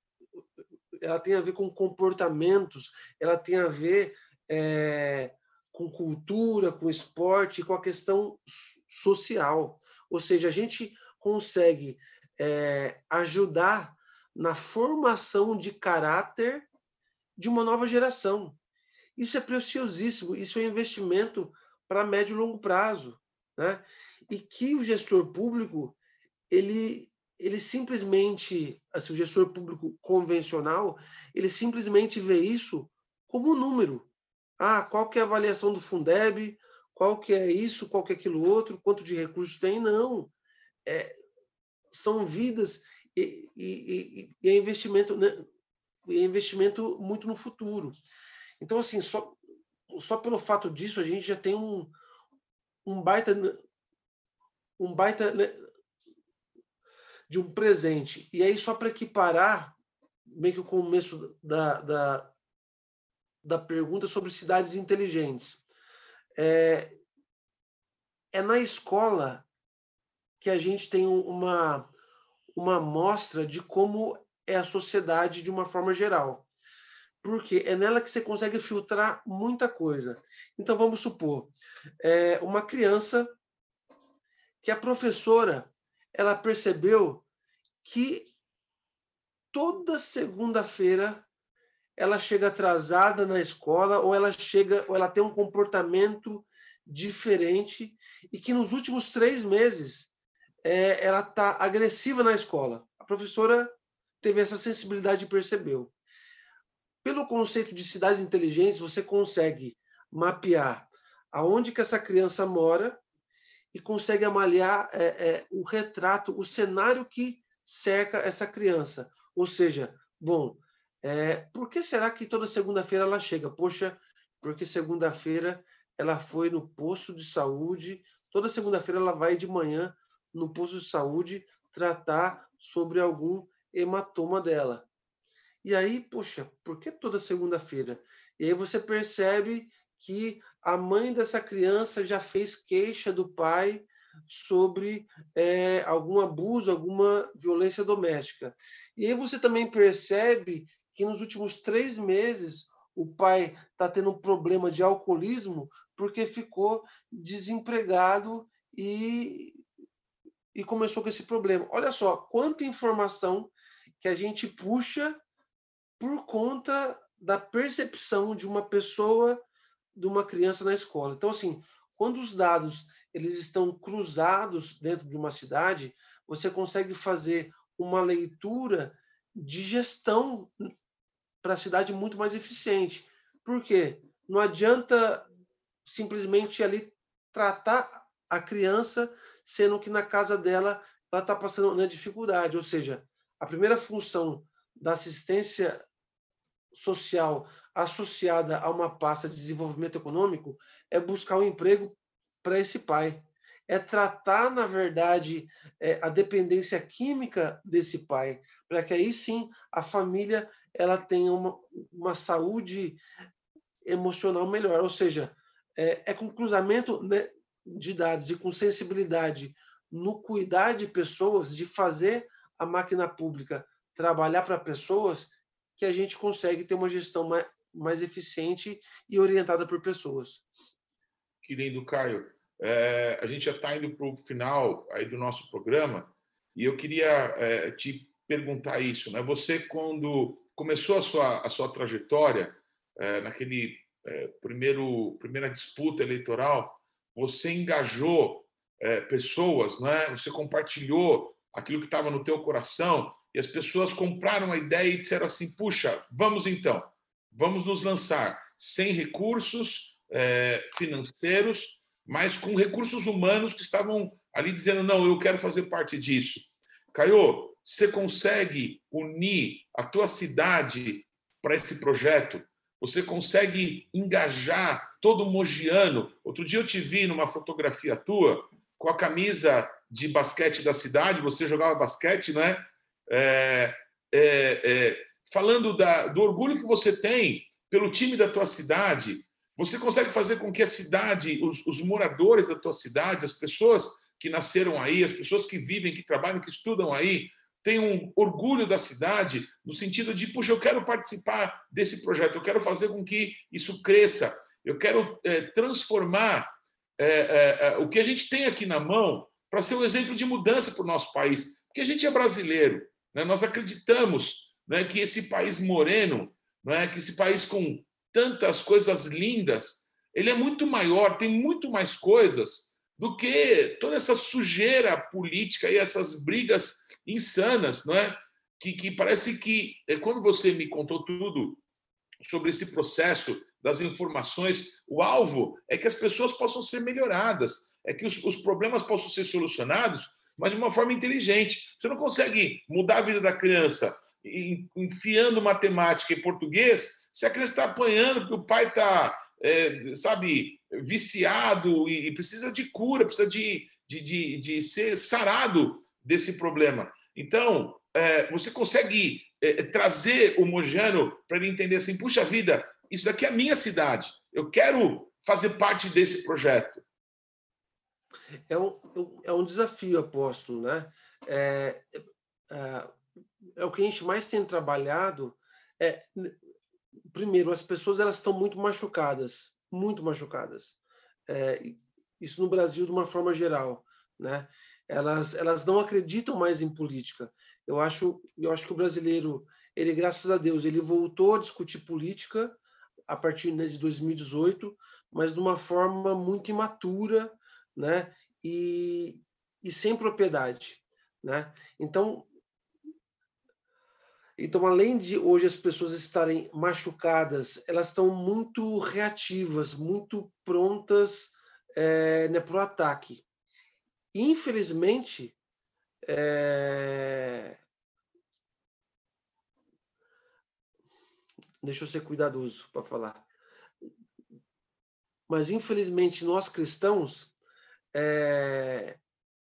B: ela tem a ver com comportamentos, ela tem a ver é, com cultura, com esporte, com a questão social. Ou seja, a gente consegue é, ajudar na formação de caráter de uma nova geração. Isso é preciosíssimo, isso é investimento para médio e longo prazo, né? E que o gestor público, ele, ele simplesmente, assim, o gestor público convencional, ele simplesmente vê isso como número. Ah, qual que é a avaliação do Fundeb, qual que é isso, qual que é aquilo outro, quanto de recursos tem? Não. É, são vidas e, e, e, e é investimento, né? É investimento muito no futuro. Então, assim, só, só pelo fato disso, a gente já tem um, um baita, um baita de um presente. E aí, só para equiparar, meio que o começo da, da, da pergunta sobre cidades inteligentes. É, é na escola que a gente tem uma, uma amostra de como é a sociedade de uma forma geral. Porque é nela que você consegue filtrar muita coisa. Então, vamos supor, é uma criança que a professora ela percebeu que toda segunda-feira ela chega atrasada na escola ou ela chega ou ela tem um comportamento diferente e que nos últimos três meses é, ela está agressiva na escola. A professora teve essa sensibilidade e percebeu. Pelo conceito de cidades inteligentes, você consegue mapear aonde que essa criança mora e consegue avaliar é, é, o retrato, o cenário que cerca essa criança. Ou seja, bom, é, por que será que toda segunda-feira ela chega? Poxa, porque segunda-feira ela foi no posto de saúde, toda segunda-feira ela vai de manhã no posto de saúde tratar sobre algum hematoma dela. E aí, poxa, por que toda segunda-feira? E aí você percebe que a mãe dessa criança já fez queixa do pai sobre é, algum abuso, alguma violência doméstica. E aí você também percebe que nos últimos três meses o pai está tendo um problema de alcoolismo porque ficou desempregado e, e começou com esse problema. Olha só, quanta informação que a gente puxa por conta da percepção de uma pessoa, de uma criança na escola. Então, assim, quando os dados eles estão cruzados dentro de uma cidade, você consegue fazer uma leitura de gestão para a cidade muito mais eficiente. Por quê? Não adianta simplesmente ali tratar a criança, sendo que na casa dela ela está passando na dificuldade. Ou seja, a primeira função da assistência social associada a uma pasta de desenvolvimento econômico é buscar um emprego para esse pai. É tratar, na verdade, é, a dependência química desse pai, para que aí sim a família ela tenha uma, uma saúde emocional melhor. Ou seja, é, é com cruzamento, né, de dados e com sensibilidade no cuidar de pessoas, de fazer a máquina pública trabalhar para pessoas, que a gente consegue ter uma gestão mais, mais eficiente e orientada por pessoas.
A: Que lindo, Caio. É, a gente já está indo para o final aí do nosso programa e eu queria é, te perguntar isso, né? Você, quando começou a sua, a sua trajetória, é, naquele é, primeiro primeira disputa eleitoral, você engajou é, pessoas, não é? Você compartilhou aquilo que estava no teu coração e as pessoas compraram a ideia e disseram assim: puxa, vamos então, vamos nos lançar sem recursos é, financeiros, mas com recursos humanos que estavam ali dizendo: não, eu quero fazer parte disso. Caio, você consegue unir a tua cidade para esse projeto? Você consegue engajar todo mogiano? Outro dia eu te vi numa fotografia tua com a camisa de basquete da cidade, você jogava basquete, não é? É, é, é falando da, do orgulho que você tem pelo time da tua cidade. Você consegue fazer com que a cidade, os, os moradores da tua cidade, as pessoas que nasceram aí, as pessoas que vivem, que trabalham, que estudam aí, tenham um orgulho da cidade, no sentido de, puxa, eu quero participar desse projeto, eu quero fazer com que isso cresça, eu quero é, transformar é, é, o que a gente tem aqui na mão para ser um exemplo de mudança para o nosso país, porque a gente é brasileiro, né? Nós acreditamos, né, que esse país moreno, né, que esse país com tantas coisas lindas, ele é muito maior, tem muito mais coisas do que toda essa sujeira política e essas brigas insanas, não é? Que, que parece que, quando você me contou tudo sobre esse processo das informações, o alvo é que as pessoas possam ser melhoradas, é que os, os problemas possam ser solucionados, mas de uma forma inteligente. Você não consegue mudar a vida da criança enfiando matemática e português se a criança está apanhando porque o pai está, é, sabe, viciado e precisa de cura, precisa de, de, de, de ser sarado desse problema. Então, é, você consegue é, trazer o mogiano para ele entender assim: puxa vida, isso daqui é a minha cidade, eu quero fazer parte desse projeto.
B: É um, é um desafio, apóstolo, né? É, é, é o que a gente mais tem trabalhado. É, primeiro, as pessoas elas estão muito machucadas, muito machucadas. É, isso no Brasil de uma forma geral, né? Elas, elas não acreditam mais em política. Eu acho, eu acho que o brasileiro, ele, graças a Deus, ele voltou a discutir política a partir, né, de dois mil e dezoito, mas de uma forma muito imatura, né? E, e sem propriedade, né? Então, então, além de hoje as pessoas estarem machucadas, elas estão muito reativas, muito prontas é, né, para o ataque. Infelizmente, é... deixa eu ser cuidadoso para falar, mas infelizmente nós cristãos é...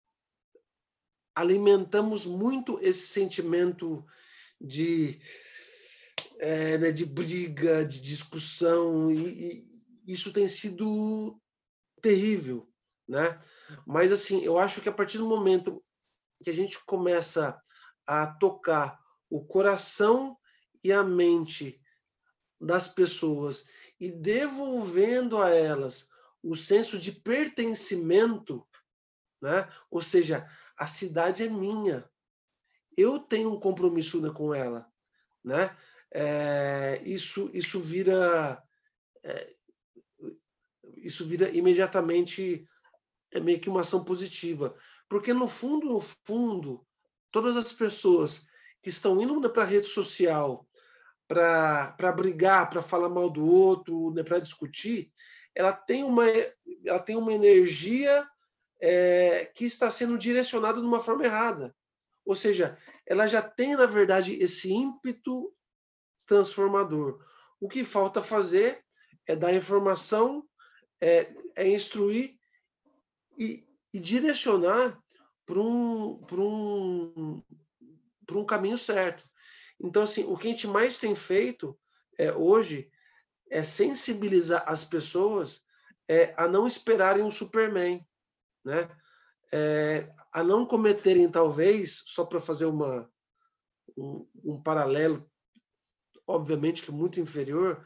B: alimentamos muito esse sentimento de, é, né, de briga, de discussão, e, e isso tem sido terrível, né? Mas assim, eu acho que a partir do momento que a gente começa a tocar o coração e a mente das pessoas e devolvendo a elas o senso de pertencimento, né? Ou seja, a cidade é minha, eu tenho um compromisso, né, com ela, né? É, isso, isso vira, é, isso vira imediatamente é meio que uma ação positiva, porque no fundo, no fundo, todas as pessoas que estão indo para a rede social para brigar, para falar mal do outro, né, para discutir, ela tem uma, ela tem uma energia é, que está sendo direcionada de uma forma errada. Ou seja, ela já tem, na verdade, esse ímpeto transformador. O que falta fazer é dar informação, é, é instruir e, e direcionar para um, para um, para um caminho certo. Então, assim, o que a gente mais tem feito é, hoje é sensibilizar as pessoas é, a não esperarem um Superman, né? É, a não cometerem, talvez, só para fazer uma, um, um paralelo, obviamente que muito inferior,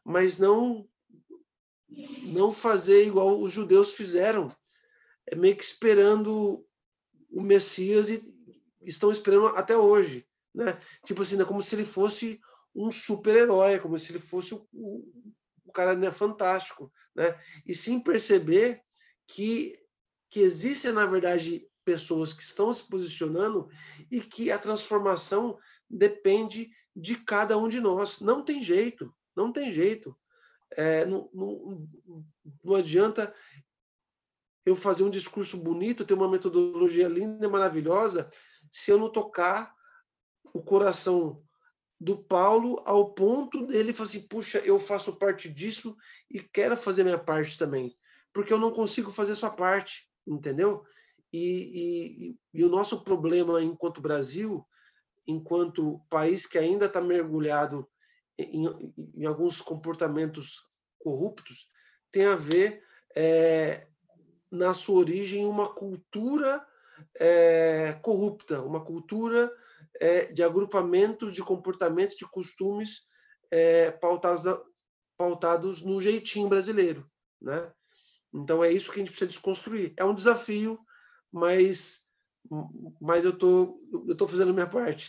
B: mas não não fazer igual os judeus fizeram, é meio que esperando o Messias e estão esperando até hoje, né? Tipo assim, é como se ele fosse um super-herói, como se ele fosse o, o, o cara, né, fantástico, né? E sem perceber que, que existem, na verdade, pessoas que estão se posicionando e que a transformação depende de cada um de nós. Não tem jeito, não tem jeito. É, não, não, não adianta eu fazer um discurso bonito, ter uma metodologia linda e maravilhosa, se eu não tocar o coração do Paulo ao ponto dele falar assim, puxa, eu faço parte disso e quero fazer minha parte também, porque eu não consigo fazer sua parte, entendeu? E, e, e o nosso problema enquanto Brasil, enquanto país que ainda está mergulhado em, em alguns comportamentos corruptos, tem a ver é, na sua origem uma cultura é, corrupta, uma cultura é, de agrupamentos, de comportamentos, de costumes é, pautados, pautados no jeitinho brasileiro, né? Então é isso que a gente precisa desconstruir. É um desafio, mas, mas eu tô, eu tô fazendo a minha parte.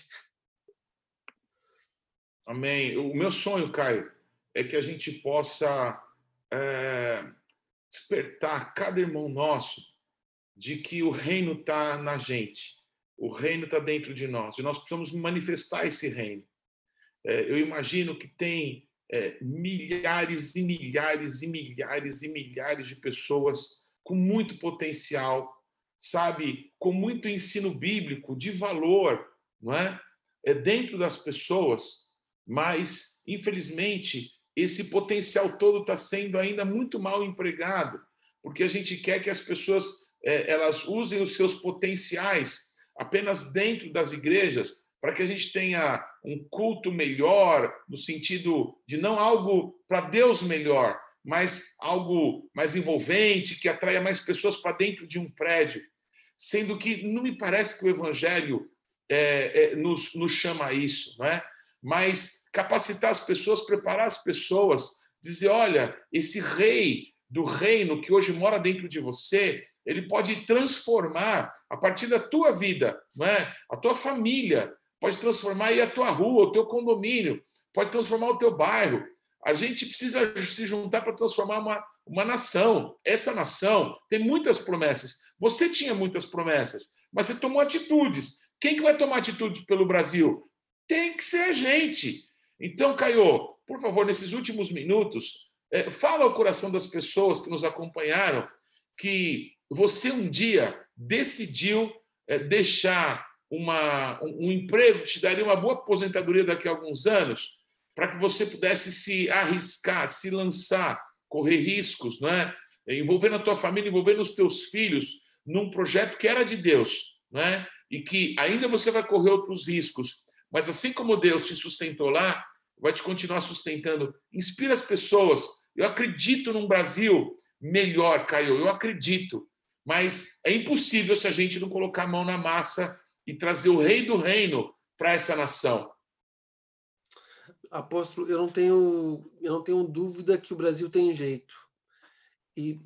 A: Amém. O meu sonho, Caio, é que a gente possa é, despertar cada irmão nosso de que o reino está na gente, o reino está dentro de nós, e nós precisamos manifestar esse reino. É, eu imagino que tem é, milhares e milhares e milhares e milhares de pessoas com muito potencial, sabe, com muito ensino bíblico de valor, não é? É dentro das pessoas, mas infelizmente esse potencial todo está sendo ainda muito mal empregado, porque a gente quer que as pessoas é, elas usem os seus potenciais apenas dentro das igrejas, para que a gente tenha um culto melhor, no sentido de não algo para Deus melhor, mas algo mais envolvente, que atraia mais pessoas para dentro de um prédio. Sendo que não me parece que o Evangelho é, é, nos, nos chama a isso, não é? Mas capacitar as pessoas, preparar as pessoas, dizer, olha, esse rei do reino que hoje mora dentro de você, ele pode transformar a partir da tua vida, não é? A tua família, pode transformar aí a tua rua, o teu condomínio, pode transformar o teu bairro. A gente precisa se juntar para transformar uma, uma nação. Essa nação tem muitas promessas. Você tinha muitas promessas, mas você tomou atitudes. Quem que vai tomar atitude pelo Brasil? Tem que ser a gente. Então, Caio, por favor, nesses últimos minutos, é, fala ao coração das pessoas que nos acompanharam que você um dia decidiu é, deixar uma, um, um emprego que te daria uma boa aposentadoria daqui a alguns anos, para que você pudesse se arriscar, se lançar, correr riscos, não é? Envolvendo a tua família, envolvendo os teus filhos num projeto que era de Deus, não é? E que ainda você vai correr outros riscos, mas assim como Deus te sustentou lá, vai te continuar sustentando. Inspira as pessoas. Eu acredito num Brasil melhor, Caio, eu acredito. Mas é impossível se a gente não colocar a mão na massa e trazer o rei do reino para essa nação.
B: Apóstolo, eu não tenho, eu não tenho dúvida que o Brasil tem jeito. E,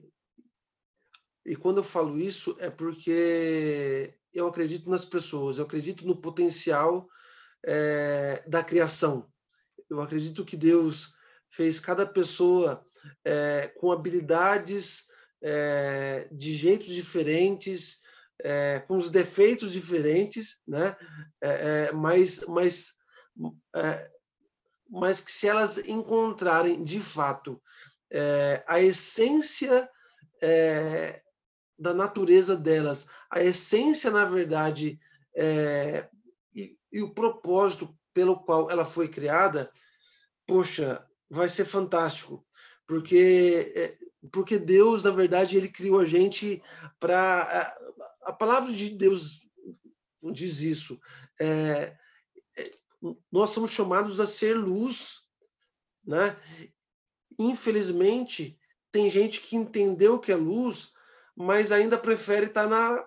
B: e quando eu falo isso é porque eu acredito nas pessoas, eu acredito no potencial é, da criação. Eu acredito que Deus fez cada pessoa é, com habilidades é, de jeitos diferentes, é, com os defeitos diferentes, né? É, é, mas, mas, é, mas que se elas encontrarem de fato é, a essência é, da natureza delas, a essência, na verdade, é, e, e o propósito pelo qual ela foi criada, poxa, vai ser fantástico, porque porque Deus, na verdade, ele criou a gente para a palavra de Deus diz isso. É, é, nós somos chamados a ser luz, né? Infelizmente, tem gente que entendeu o que é luz, mas ainda prefere estar na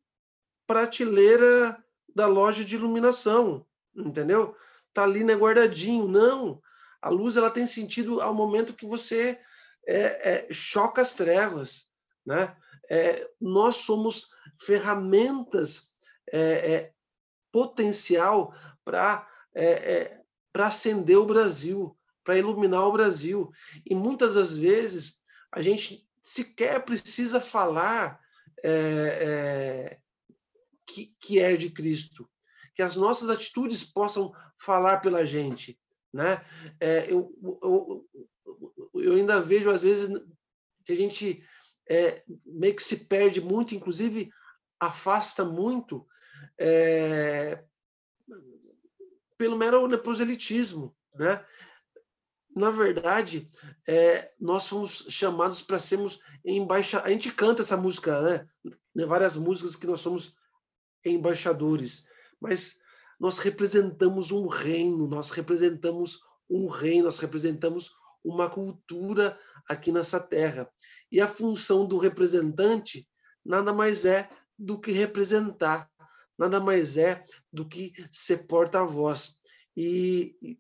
B: prateleira da loja de iluminação, entendeu? Tá ali, né, guardadinho. Não, A luz ela tem sentido ao momento que você é, é, choca as trevas, né? É, nós somos ferramentas é, é, potencial para é, é, para acender o Brasil, para iluminar o Brasil. E muitas das vezes a gente sequer precisa falar é, é, que, que é de Cristo, que as nossas atitudes possam falar pela gente, né? É, eu, eu, eu ainda vejo às vezes que a gente é, meio que se perde muito, inclusive afasta muito é, pelo mero proselitismo, né? Na verdade, é, nós somos chamados para sermos embaixadores. A gente canta essa música, né? Várias músicas que nós somos embaixadores, mas nós representamos um reino, nós representamos um reino, nós representamos uma cultura aqui nessa terra. E a função do representante nada mais é do que representar, nada mais é do que ser porta-voz. E, e,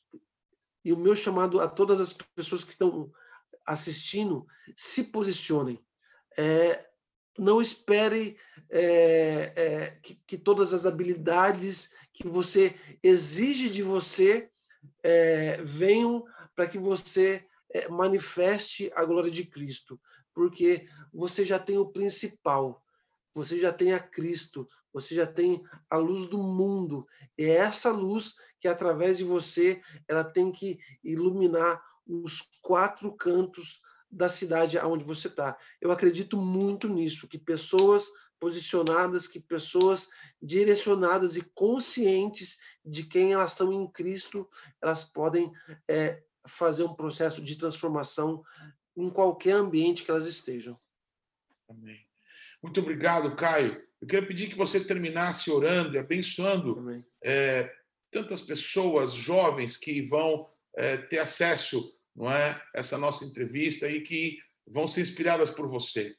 B: e o meu chamado a todas as pessoas que estão assistindo, se posicionem. É, não espere é, é, que, que todas as habilidades que você exige de você é, venham para que você é, manifeste a glória de Cristo, porque você já tem o principal, você já tem a Cristo, você já tem a luz do mundo. E é essa luz que, através de você, ela tem que iluminar os quatro cantos da cidade onde você está. Eu acredito muito nisso, que pessoas posicionadas, que pessoas direcionadas e conscientes de quem elas são em Cristo, elas podem é, fazer um processo de transformação em qualquer ambiente que elas estejam.
A: Amém. Muito obrigado, Caio. Eu queria pedir que você terminasse orando e abençoando é, tantas pessoas jovens que vão é, ter acesso, não é, a essa nossa entrevista e que vão ser inspiradas por você.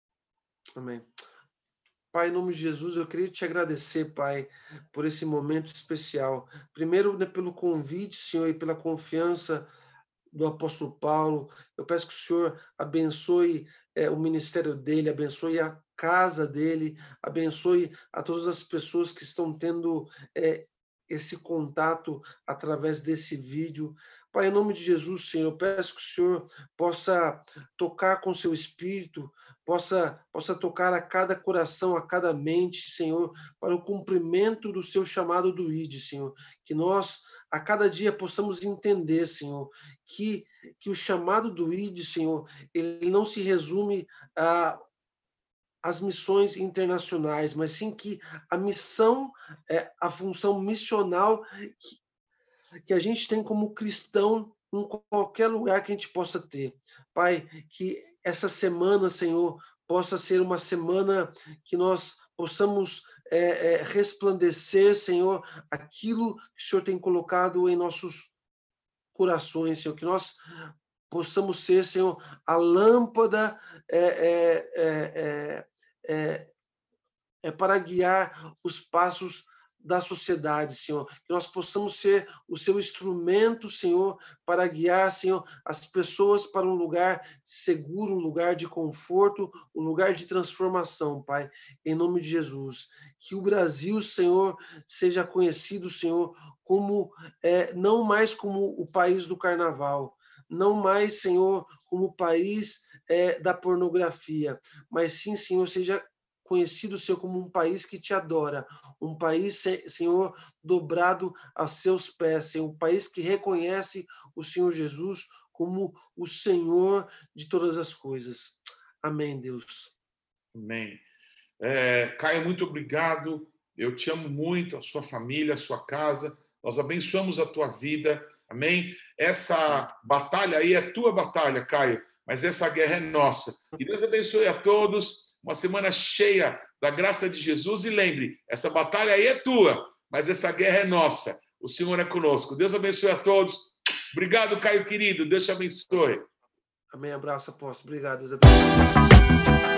B: Amém. Pai, em nome de Jesus, eu queria te agradecer, Pai, por esse momento especial. Primeiro, né, pelo convite, Senhor, e pela confiança do apóstolo Paulo. Eu peço que o Senhor abençoe é, o ministério dele, abençoe a casa dele, abençoe a todas as pessoas que estão tendo é, esse contato através desse vídeo. Pai, em nome de Jesus, Senhor, eu peço que o Senhor possa tocar com seu espírito, possa, possa tocar a cada coração, a cada mente, Senhor, para o cumprimento do seu chamado do I D, Senhor. Que nós, a cada dia, possamos entender, Senhor, que, que o chamado do I D, Senhor, ele não se resume a as missões internacionais, mas sim que a missão, é, a função missional que, que a gente tem como cristão em qualquer lugar que a gente possa ter. Pai, que essa semana, Senhor, possa ser uma semana que nós possamos é, é, resplandecer, Senhor, aquilo que o Senhor tem colocado em nossos corações, Senhor, que nós possamos ser, Senhor, a lâmpada é, é, é, é, é, para guiar os passos da sociedade, Senhor. Que nós possamos ser o seu instrumento, Senhor, para guiar, Senhor, as pessoas para um lugar seguro, um lugar de conforto, um lugar de transformação, Pai, em nome de Jesus. Que o Brasil, Senhor, seja conhecido, Senhor, como é, não mais como o país do carnaval, não mais, Senhor, como o país é, da pornografia, mas sim, Senhor, seja conhecido, Senhor, como um país que te adora, um país, Senhor, dobrado a seus pés, Senhor, um país que reconhece o Senhor Jesus como o Senhor de todas as coisas. Amém, Deus.
A: Amém. É, Caio, muito obrigado. Eu te amo muito, a sua família, a sua casa. Nós abençoamos a tua vida. Amém? Essa batalha aí é tua batalha, Caio, mas essa guerra é nossa. Que Deus abençoe a todos. Uma semana cheia da graça de Jesus. E lembre, essa batalha aí é tua, mas essa guerra é nossa. O Senhor é conosco. Deus abençoe a todos. Obrigado, Caio querido. Deus te abençoe.
B: Amém. Abraço, apóstolo. Obrigado. Deus abençoe.